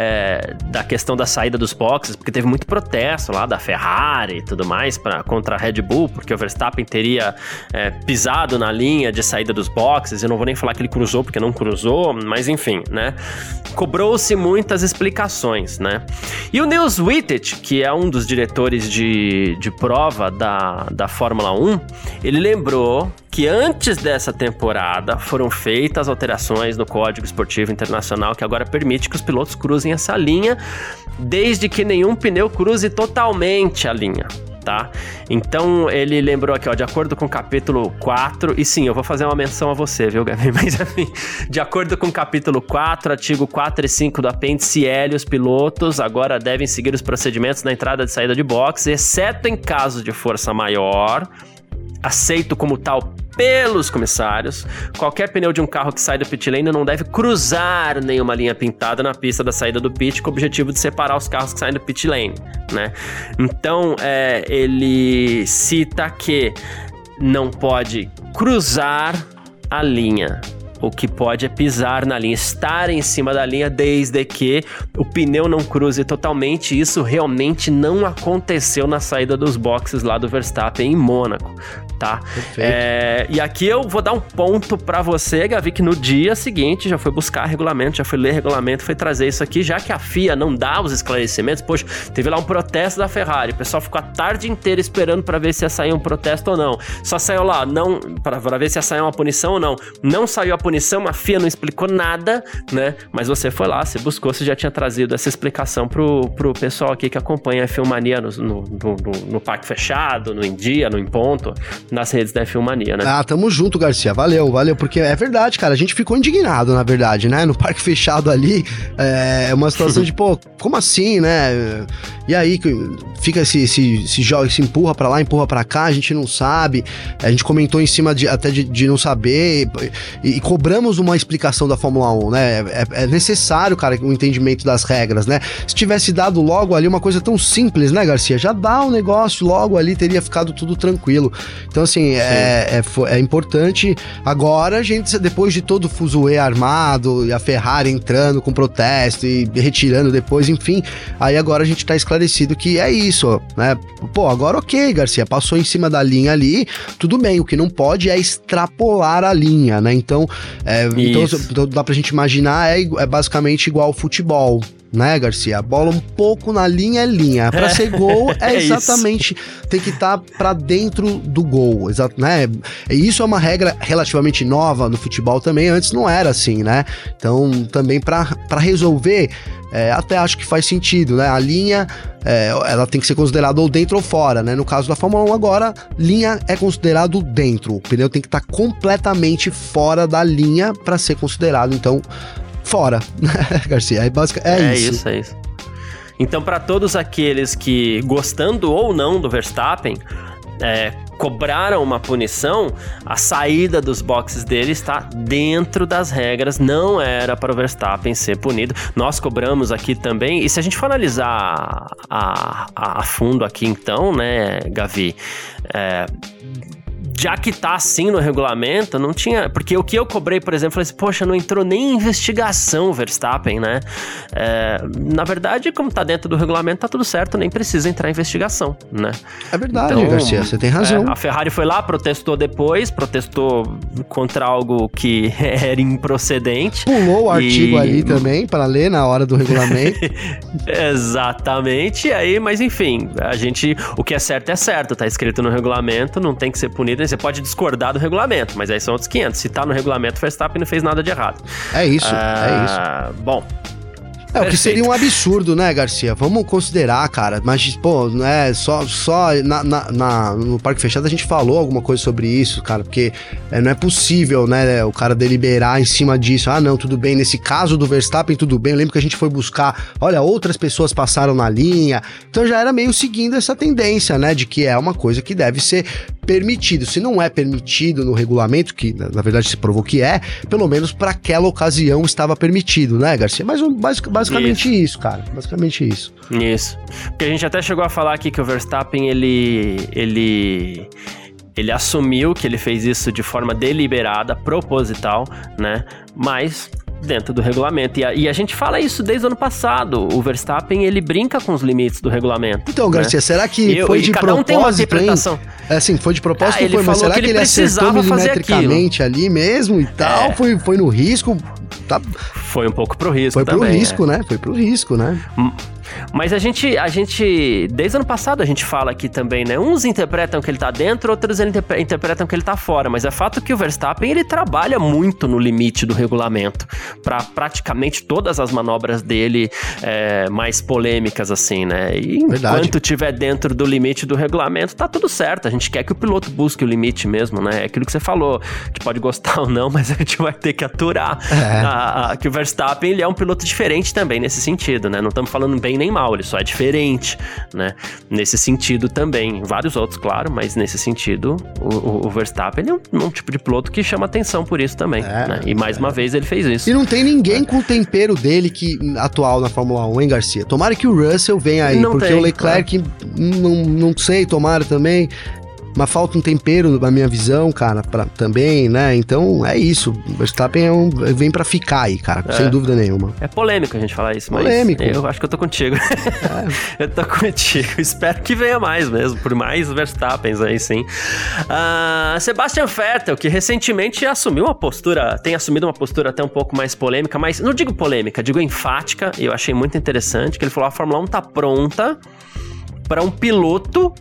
é, da questão da saída dos boxes, porque teve muito protesto lá da Ferrari e tudo mais pra, contra a Red Bull, porque o Verstappen teria é, pisado na linha de saída dos boxes. Eu não vou nem falar que ele cruzou, porque não cruzou, mas enfim, né? Cobrou-se muitas explicações, né? E o Niels Wittich, que é um dos diretores de, de prova da, da Fórmula um, ele lembrou que antes dessa temporada foram feitas alterações no Código Esportivo Internacional que agora permite que os pilotos cruzem essa linha, desde que nenhum pneu cruze totalmente a linha. Tá? Então ele lembrou aqui, ó, de acordo com o capítulo quatro, e sim, eu vou fazer uma menção a você, viu, Gabi? Mas assim, de acordo com o capítulo quatro, artigo quatro e cinco do apêndice L, os pilotos agora devem seguir os procedimentos na entrada e saída de boxe, exceto em caso de força maior, aceito como tal pelos comissários. Qualquer pneu de um carro que sai do pit lane não deve cruzar nenhuma linha pintada na pista da saída do pit, com o objetivo de separar os carros que saem do pit lane, né? Então, é, ele cita que não pode cruzar a linha. O que pode é pisar na linha, estar em cima da linha, desde que o pneu não cruze totalmente. Isso realmente não aconteceu na saída dos boxes lá do Verstappen em Mônaco, tá? É, e aqui eu vou dar um ponto pra você, Gavi, que no dia seguinte já foi buscar regulamento, já foi ler regulamento, foi trazer isso aqui, já que a F I A não dá os esclarecimentos. Poxa, teve lá um protesto da Ferrari, o pessoal ficou a tarde inteira esperando pra ver se ia sair um protesto ou não. Só saiu lá, não, pra, pra ver se ia sair uma punição ou não. Não saiu a punição, a F I A não explicou nada, né? Mas você foi lá, você buscou, você já tinha trazido essa explicação pro, pro pessoal aqui que acompanha a F um Mania no, no, no, no Parque Fechado, no Em Dia, no Em Ponto, nas redes da F um Mania, né? Ah, tamo junto, Garcia, valeu, valeu, porque é verdade, cara, a gente ficou indignado, na verdade, né? No Parque Fechado ali, é uma situação de, pô, como assim, né? E aí, fica se, se, se joga, se empurra pra lá, empurra pra cá, a gente não sabe, a gente comentou em cima de, até de, de não saber, e, e cobramos uma explicação da Fórmula um, né? É, é necessário, cara, o entendimento das regras, né? Se tivesse dado logo ali uma coisa tão simples, né, Garcia? Já dá um negócio logo ali, teria ficado tudo tranquilo. Então, assim, é, é, é importante. Agora, a gente, depois de todo o fuzuê armado, e a Ferrari entrando com protesto e retirando depois, enfim, aí agora a gente tá esclarecido que é isso, né? Pô, agora ok, Garcia, passou em cima da linha ali, tudo bem, o que não pode é extrapolar a linha, né? Então, é, então, então dá pra gente imaginar, é, é basicamente igual ao futebol, né, Garcia? A bola um pouco na linha é linha. Pra é. ser gol, é, é exatamente... Isso. Tem que estar tá pra dentro do gol, exato, né? E isso é uma regra relativamente nova no futebol também. Antes não era assim, né? Então, também pra, pra resolver... é, até acho que faz sentido, né? A linha, é, ela tem que ser considerada ou dentro ou fora, né? No caso da Fórmula um agora, linha é considerado dentro, o pneu tem que estar completamente fora da linha para ser considerado, então, fora, né, Garcia? É, basic, é, é isso. isso, é isso. Então, para todos aqueles que, gostando ou não do Verstappen, é, cobraram uma punição, a saída dos boxes dele está dentro das regras, não era para o Verstappen ser punido. Nós cobramos aqui também, e se a gente for analisar a, a, a fundo aqui então, né, Gavi, é, já que tá assim no regulamento, não tinha... Porque o que eu cobrei, por exemplo, falei assim, poxa, não entrou nem investigação o Verstappen, né? É, na verdade, como tá dentro do regulamento, tá tudo certo, nem precisa entrar investigação, né? É verdade, então, Garcia, você tem razão. É, a Ferrari foi lá, protestou depois, protestou contra algo que era improcedente. Pulou o artigo e... ali também, para ler na hora do regulamento. Exatamente, aí, mas enfim, a gente... O que é certo é certo, tá escrito no regulamento, não tem que ser punido. Você pode discordar do regulamento, mas aí são outros quinhentos. Se tá no regulamento, o Verstappen não fez nada de errado. É isso, ah, é isso. Bom... É, o que seria um absurdo, né, Garcia? Vamos considerar, cara, mas, pô, não é só, só na, na, na, no Parque Fechado a gente falou alguma coisa sobre isso, cara, porque é, não é possível, né, o cara deliberar em cima disso. Ah, não, tudo bem, nesse caso do Verstappen, tudo bem. Eu lembro que a gente foi buscar, olha, outras pessoas passaram na linha, então já era meio seguindo essa tendência, né, de que é uma coisa que deve ser permitido. Se não é permitido no regulamento, que na verdade se provou que é, pelo menos para aquela ocasião estava permitido, né, Garcia? Mas basicamente Basicamente isso. isso, cara. Basicamente isso. Isso. Porque a gente até chegou a falar aqui que o Verstappen, ele... ele... ele assumiu que ele fez isso de forma deliberada, proposital, né? Mas dentro do regulamento. E a, e a gente fala isso desde o ano passado. O Verstappen, ele brinca com os limites do regulamento. Então, Garcia, né? Será que Eu, foi de cada propósito? Um tem uma interpretação. É assim, foi de propósito, ah, ele foi, mas será que ele, ele acertou milimetricamente ali mesmo e tal? É. Foi, foi no risco? Tá... Foi um pouco pro risco Foi também. Foi pro risco, é. né? Foi pro risco, né? Mas a gente, a gente, desde o ano passado a gente fala aqui também, né? Uns interpretam que ele tá dentro, outros interpretam que ele tá fora. Mas é fato que o Verstappen, ele trabalha muito no limite do regulamento. Pra praticamente todas as manobras dele é, mais polêmicas, assim, né? E Verdade. Enquanto tiver dentro do limite do regulamento, tá tudo certo. A gente quer que o piloto busque o limite mesmo, né? É aquilo que você falou. A gente pode gostar ou não, mas a gente vai ter que aturar é. a, a, que o Verstappen, ele é um piloto diferente também nesse sentido, né? Não estamos falando bem nem mal, ele só é diferente, né? Nesse sentido também. Vários outros, claro, mas nesse sentido, o, o Verstappen ele é um, um tipo de piloto que chama atenção por isso também, é, né? E mais é. uma vez ele fez isso. E não tem ninguém é. com o tempero dele que, atual na Fórmula um, hein, Garcia? Tomara que o Russell venha aí, não porque tem, o Leclerc, é. não, não sei, tomara também. Mas falta um tempero, na minha visão, cara, pra, também, né? Então, é isso. O Verstappen é um, vem pra ficar aí, cara, é. sem dúvida nenhuma. É polêmico a gente falar isso, mas polêmico. Eu acho que eu tô contigo. É. Eu tô contigo. Espero que venha mais mesmo, por mais Verstappens aí, sim. Uh, Sebastian Vettel, que recentemente assumiu uma postura, tem assumido uma postura até um pouco mais polêmica, mas não digo polêmica, digo enfática, e eu achei muito interessante, que ele falou, a Fórmula um tá pronta para um piloto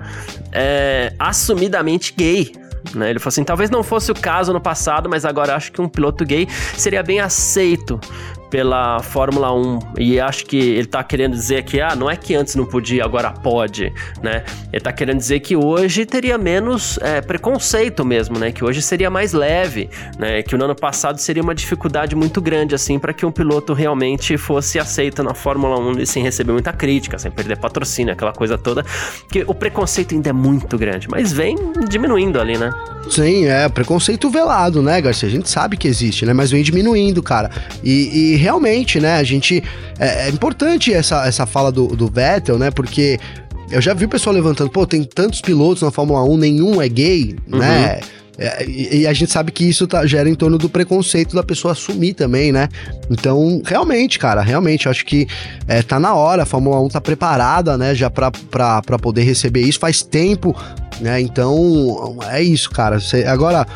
é, assumidamente gay, né? Ele falou assim, talvez não fosse o caso no passado, mas agora acho que um piloto gay seria bem aceito pela Fórmula um, e acho que ele tá querendo dizer que, ah, não é que antes não podia, agora pode, né? Ele tá querendo dizer que hoje teria menos é, preconceito mesmo, né? Que hoje seria mais leve, né? Que no ano passado seria uma dificuldade muito grande, assim, para que um piloto realmente fosse aceito na Fórmula um sem receber muita crítica, sem perder patrocínio, aquela coisa toda, que o preconceito ainda é muito grande, mas vem diminuindo ali, né? Sim, é preconceito velado, né, Garcia? A gente sabe que existe, né? Mas vem diminuindo, cara. E, e realmente, né, a gente... É, é importante essa, essa fala do, do Vettel, né? Porque eu já vi o pessoal levantando, pô, tem tantos pilotos na Fórmula um, nenhum é gay, uhum. né? É, e, e a gente sabe que isso tá, gera em torno do preconceito da pessoa assumir também, né? Então, realmente, cara, realmente, eu acho que é, tá na hora, a Fórmula um tá preparada, né, já pra, pra, pra poder receber isso, faz tempo, né? Então, é isso, cara. Cê, agora...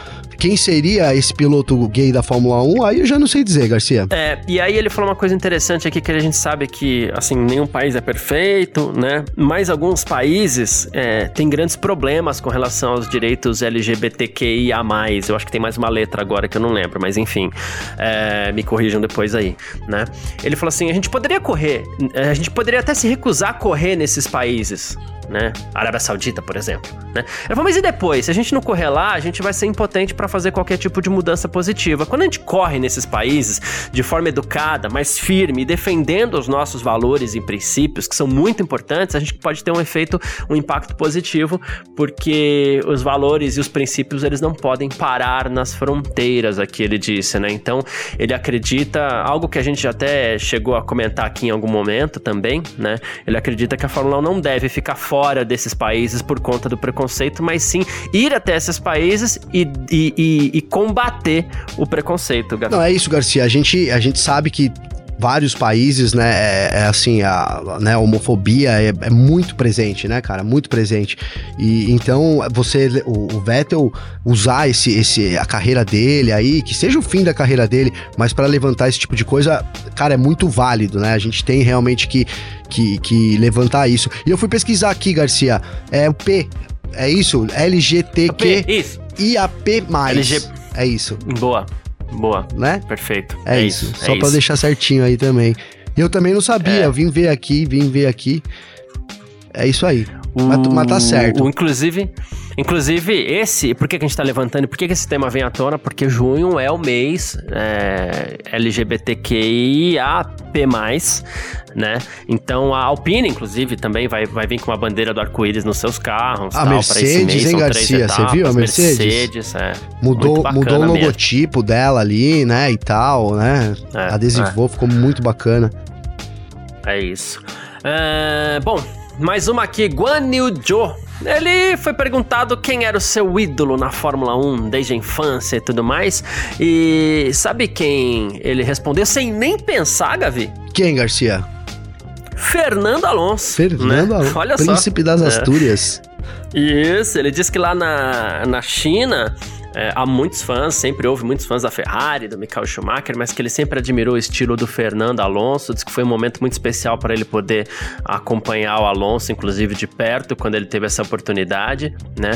quem seria esse piloto gay da Fórmula um, aí eu já não sei dizer, Garcia. É, e aí ele falou uma coisa interessante aqui, que a gente sabe que, assim, nenhum país é perfeito, né? Mas alguns países é, têm grandes problemas com relação aos direitos L G B T Q I A mais. Eu acho que tem mais uma letra agora que eu não lembro, mas enfim, é, me corrijam depois aí, né? Ele falou assim, a gente poderia correr, a gente poderia até se recusar a correr nesses países, né? Arábia Saudita, por exemplo, né? Ele falou, mas e depois? Se a gente não correr lá, a gente vai ser impotente para fazer qualquer tipo de mudança positiva. Quando a gente corre nesses países de forma educada, mais firme, defendendo os nossos valores e princípios, que são muito importantes, a gente pode ter um efeito, um impacto positivo, porque os valores e os princípios, eles não podem parar nas fronteiras, aqui ele disse, né? Então, ele acredita, algo que a gente já até chegou a comentar aqui em algum momento também, né? Ele acredita que a Fórmula um não deve ficar fora desses países por conta do preconceito, mas sim ir até esses países e, e, e, e combater o preconceito, Gabriel. Não, é isso, Garcia. A gente, a gente sabe que vários países, né, é, é assim, a, né, a homofobia é, é muito presente, né, cara, muito presente. E então, você, o, o Vettel usar esse, esse, a carreira dele aí, que seja o fim da carreira dele, mas para levantar esse tipo de coisa, cara, é muito válido, né, a gente tem realmente que, que, que levantar isso. E eu fui pesquisar aqui, Garcia, é o P, é isso? L G T Q I A P mais. L G... É isso. Boa. Boa, né? Perfeito. É, é isso, isso. Só é pra isso. Deixar certinho aí também. Eu também não sabia, é. eu vim ver aqui, vim ver aqui. É isso aí. O... Mas, mas tá certo. O, inclusive, inclusive, esse... Por que, que a gente tá levantando? Por que, que esse tema vem à tona? Porque junho é o mês é, L G B T Q I A P mais, né? Então a Alpine, inclusive, também vai, vai vir com uma bandeira do arco-íris nos seus carros. A tal, Mercedes, mês, hein, Garcia? Você viu a Mercedes? Mercedes, é. Mudou, mudou o logotipo mesmo. Dela ali, né? E tal, né? É, adesivou, é. Ficou muito bacana. É isso. É, bom, mais uma aqui, Guan Yu Zhou. Ele foi perguntado quem era o seu ídolo na Fórmula um desde a infância e tudo mais. E sabe quem ele respondeu sem nem pensar, Gavi? Quem, Garcia? Fernando Alonso. Fernando né? Alonso, olha príncipe só. Das Astúrias. É. Isso, ele disse que lá na, na China... É, há muitos fãs, sempre houve muitos fãs da Ferrari, do Michael Schumacher, mas que ele sempre admirou o estilo do Fernando Alonso. Diz que foi um momento muito especial para ele poder acompanhar o Alonso, inclusive de perto, quando ele teve essa oportunidade, né?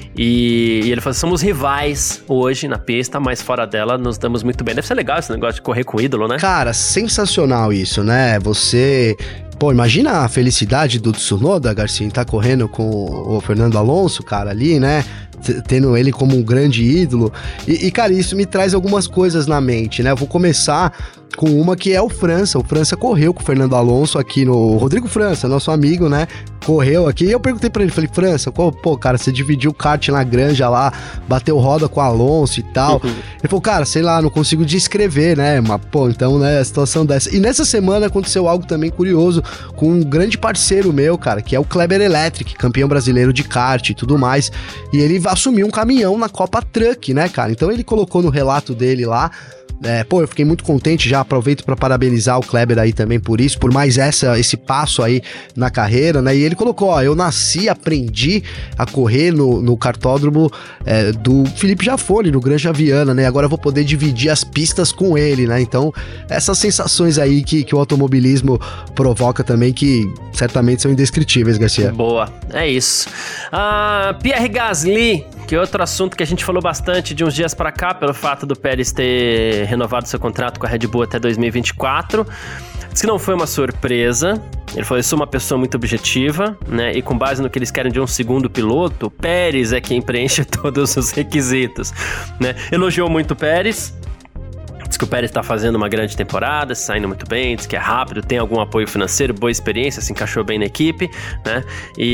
E, e ele falou, somos rivais hoje na pista, mas fora dela nos damos muito bem. Deve ser legal esse negócio de correr com o ídolo, né? Cara, sensacional isso, né? Você... Pô, imagina a felicidade do Tsunoda, Garcia, tá correndo com o Fernando Alonso, cara, ali, né? Tendo ele como um grande ídolo. E, e, cara, isso me traz algumas coisas na mente, né? Eu vou começar com uma que é o França. O França correu com o Fernando Alonso aqui no... Rodrigo França, nosso amigo, né? Correu aqui. E eu perguntei pra ele, falei, França, qual, pô, cara, você dividiu o kart na granja lá, bateu roda com o Alonso e tal. Uhum. Ele falou, cara, sei lá, não consigo descrever, né? Mas, pô, então, né, a situação dessa. E nessa semana aconteceu algo também curioso com um grande parceiro meu, cara, que é o Kleber Electric, campeão brasileiro de kart e tudo mais. E ele assumiu um caminhão na Copa Truck, né, cara? Então ele colocou no relato dele lá. É, pô, eu fiquei muito contente, já aproveito para parabenizar o Kleber aí também por isso, por mais essa, esse passo aí na carreira, né, e ele colocou, ó, eu nasci, aprendi a correr no, no kartódromo é, do Felipe Jafone, no Granja Viana, né, agora eu vou poder dividir as pistas com ele, né, então essas sensações aí que, que o automobilismo provoca também, que certamente são indescritíveis, Garcia. Boa, é isso. Ah, Pierre Gasly, que é outro assunto que a gente falou bastante de uns dias pra cá, pelo fato do Pérez ter renovado seu contrato com a Red Bull até dois mil e vinte e quatro. Diz que não foi uma surpresa. Ele falou, eu sou uma pessoa muito objetiva, né? E com base no que eles querem de um segundo piloto, o Pérez é quem preenche todos os requisitos, né? Elogiou muito o Pérez. Diz que o Pérez está fazendo uma grande temporada, saindo muito bem, diz que é rápido, tem algum apoio financeiro, boa experiência, se encaixou bem na equipe, né?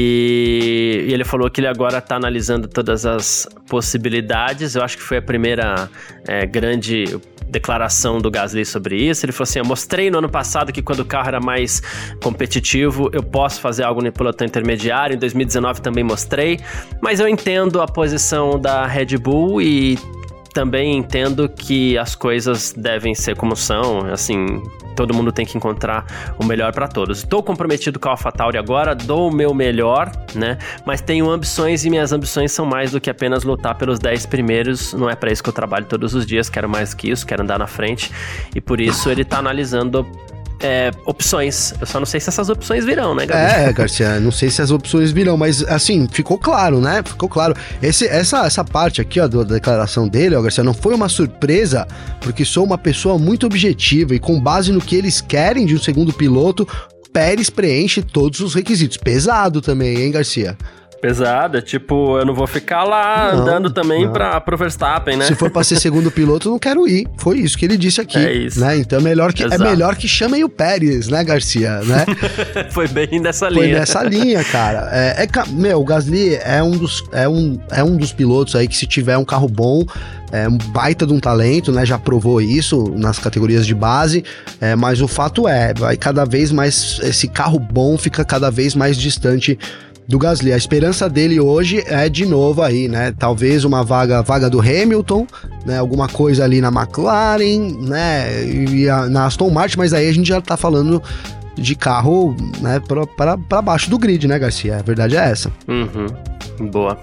E, e ele falou que ele agora está analisando todas as possibilidades. Eu acho que foi a primeira é, grande declaração do Gasly sobre isso. Ele falou assim, eu mostrei no ano passado que quando o carro era mais competitivo, eu posso fazer algo no pelotão intermediário. Em dois mil e dezenove também mostrei, mas eu entendo a posição da Red Bull e também entendo que as coisas devem ser como são, assim, todo mundo tem que encontrar o melhor pra todos. Estou comprometido com a AlphaTauri agora, dou o meu melhor, né? Mas tenho ambições e minhas ambições são mais do que apenas lutar pelos dez primeiros. Não é pra isso que eu trabalho todos os dias, quero mais que isso, quero andar na frente. E por isso ele tá analisando É, opções. Eu só não sei se essas opções virão, né, Gabi? É, Garcia, não sei se as opções virão, mas assim, ficou claro, né? Ficou claro. Esse, essa, essa parte aqui, ó, da declaração dele, ó, Garcia, não foi uma surpresa, porque sou uma pessoa muito objetiva e com base no que eles querem de um segundo piloto, Pérez preenche todos os requisitos. Pesado também, hein, Garcia? Pesada, tipo, eu não vou ficar lá não, andando também pra, pro Verstappen, né? Se for pra ser segundo piloto, eu não quero ir. Foi isso que ele disse aqui. É isso. Né? Então é melhor, que, é melhor que chamem o Pérez, né, Garcia? Né? Foi bem nessa linha. Foi nessa linha, cara. É, é, meu, o Gasly é um, dos, é, um, é um dos pilotos aí que, se tiver um carro bom, é um baita de um talento, né? Já provou isso nas categorias de base, é, mas o fato é, vai cada vez mais, esse carro bom fica cada vez mais distante do Gasly. A esperança dele hoje é de novo aí, né? Talvez uma vaga, vaga do Hamilton, né? Alguma coisa ali na McLaren, né? E a, na Aston Martin, mas aí a gente já tá falando de carro, né? Pra, pra, pra baixo do grid, né, Garcia? A verdade é essa. Uhum. Boa.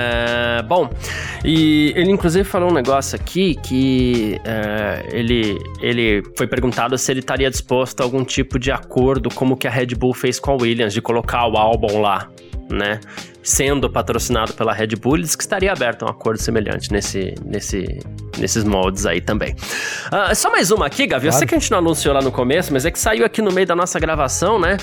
É, bom, e ele inclusive falou um negócio aqui que é, ele, ele foi perguntado se ele estaria disposto a algum tipo de acordo como que a Red Bull fez com a Williams, de colocar o Albon lá, né? Sendo patrocinado pela Red Bull, ele disse que estaria aberto a um acordo semelhante nesse, nesse, nesses moldes aí também. Uh, só mais uma aqui, Gavi. Claro. Eu sei que a gente não anunciou lá no começo, mas é que saiu aqui no meio da nossa gravação, né?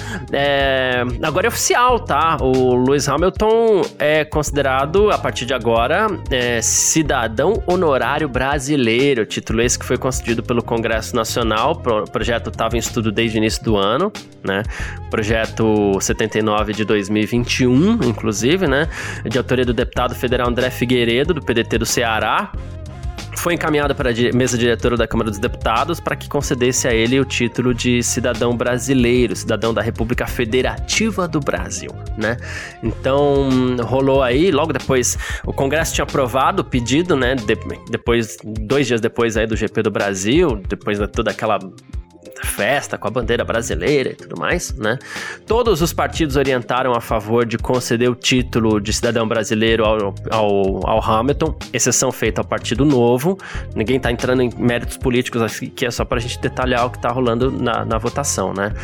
É, agora é oficial, tá? O Lewis Hamilton é considerado, a partir de agora, é, cidadão honorário brasileiro. Título esse que foi concedido pelo Congresso Nacional. O projeto estava em estudo desde o início do ano, né? Projeto setenta e nove de dois mil e vinte e um, inclusive, né, de autoria do deputado federal André Figueiredo, do P D T do Ceará. Foi encaminhado para a mesa diretora da Câmara dos Deputados para que concedesse a ele o título de cidadão brasileiro, cidadão da República Federativa do Brasil, né? Então, rolou aí, logo depois, o Congresso tinha aprovado o pedido, né, de, depois, dois dias depois aí do G P do Brasil, depois de toda aquela festa com a bandeira brasileira e tudo mais, né? Todos os partidos orientaram a favor de conceder o título de cidadão brasileiro ao, ao, ao Hamilton, exceção feita ao Partido Novo. Ninguém tá entrando em méritos políticos aqui, é só pra gente detalhar o que tá rolando na, na votação, né?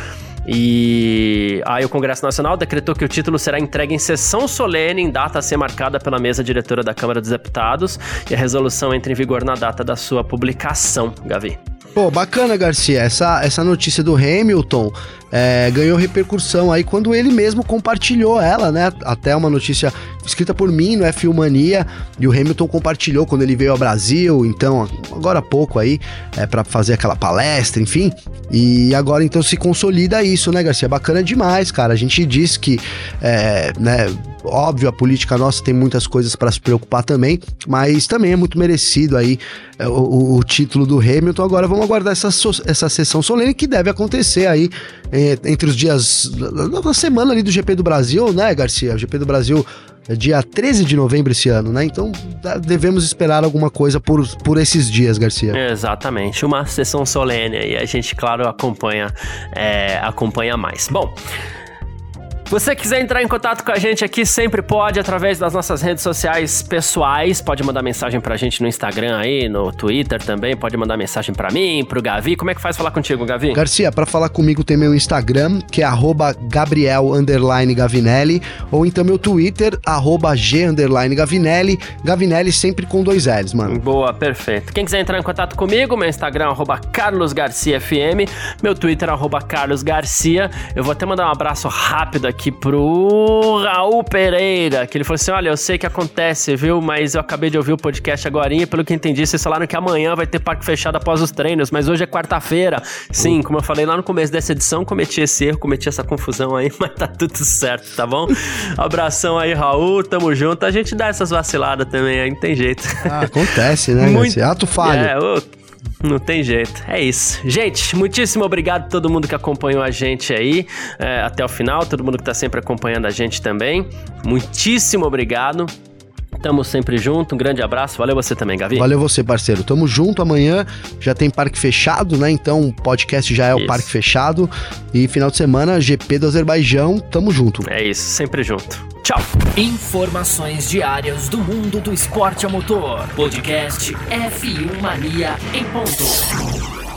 E aí o Congresso Nacional decretou que o título será entregue em sessão solene em data a ser marcada pela mesa diretora da Câmara dos Deputados, e a resolução entra em vigor na data da sua publicação, Gavi. Pô, bacana, Garcia, essa, essa notícia do Hamilton é, ganhou repercussão aí quando ele mesmo compartilhou ela, né? Até uma notícia escrita por mim no F um Mania, e o Hamilton compartilhou quando ele veio ao Brasil, então, agora há pouco aí, é, pra fazer aquela palestra, enfim, e agora então se consolida isso, né, Garcia? Bacana demais, cara, a gente diz que, é, né, óbvio, a política nossa tem muitas coisas para se preocupar também, mas também é muito merecido aí é, o, o título do Hamilton. Agora vamos aguardar essa, essa sessão solene que deve acontecer aí é, entre os dias da semana ali do G P do Brasil, né, Garcia? O G P do Brasil é dia treze de novembro esse ano, né? Então devemos esperar alguma coisa por, por esses dias, Garcia. Exatamente, uma sessão solene e a gente, claro, acompanha, é, acompanha mais. Bom, você quiser entrar em contato com a gente aqui, sempre pode, através das nossas redes sociais pessoais. Pode mandar mensagem pra gente no Instagram aí, no Twitter também. Pode mandar mensagem pra mim, pro Gavi. Como é que faz falar contigo, Gavi? Garcia, pra falar comigo tem meu Instagram, que é arroba Gabriel underline Gavinelli, ou então meu Twitter, arroba G underline Gavinelli. Gavinelli sempre com dois L's, mano. Boa, perfeito. Quem quiser entrar em contato comigo, meu Instagram, arroba Carlos Garcia F M, meu Twitter, arroba Carlos Garcia. Eu vou até mandar um abraço rápido aqui aqui pro Raul Pereira, que ele falou assim, olha, eu sei que acontece, viu, mas eu acabei de ouvir o podcast agorinha, pelo que entendi, vocês falaram que amanhã vai ter parque fechado após os treinos, mas hoje é quarta-feira. Sim, como eu falei lá no começo dessa edição, cometi esse erro, cometi essa confusão aí, mas tá tudo certo, tá bom? Abração aí, Raul, tamo junto, a gente dá essas vaciladas também, aí não tem jeito. Ah, acontece, né, Garcia? Ato falho. É, ô... Não tem jeito, é isso. Gente, muitíssimo obrigado a todo mundo que acompanhou a gente aí é, até o final, todo mundo que tá sempre acompanhando a gente também. Muitíssimo obrigado. Tamo sempre junto, um grande abraço, valeu você também, Gavi. Valeu você, parceiro. Tamo junto, amanhã já tem parque fechado, né? Então o podcast já é Isso. o parque fechado. E final de semana, G P do Azerbaijão, tamo junto. É isso, sempre junto. Tchau. Informações diárias do mundo do esporte a motor. Podcast F um Mania em ponto.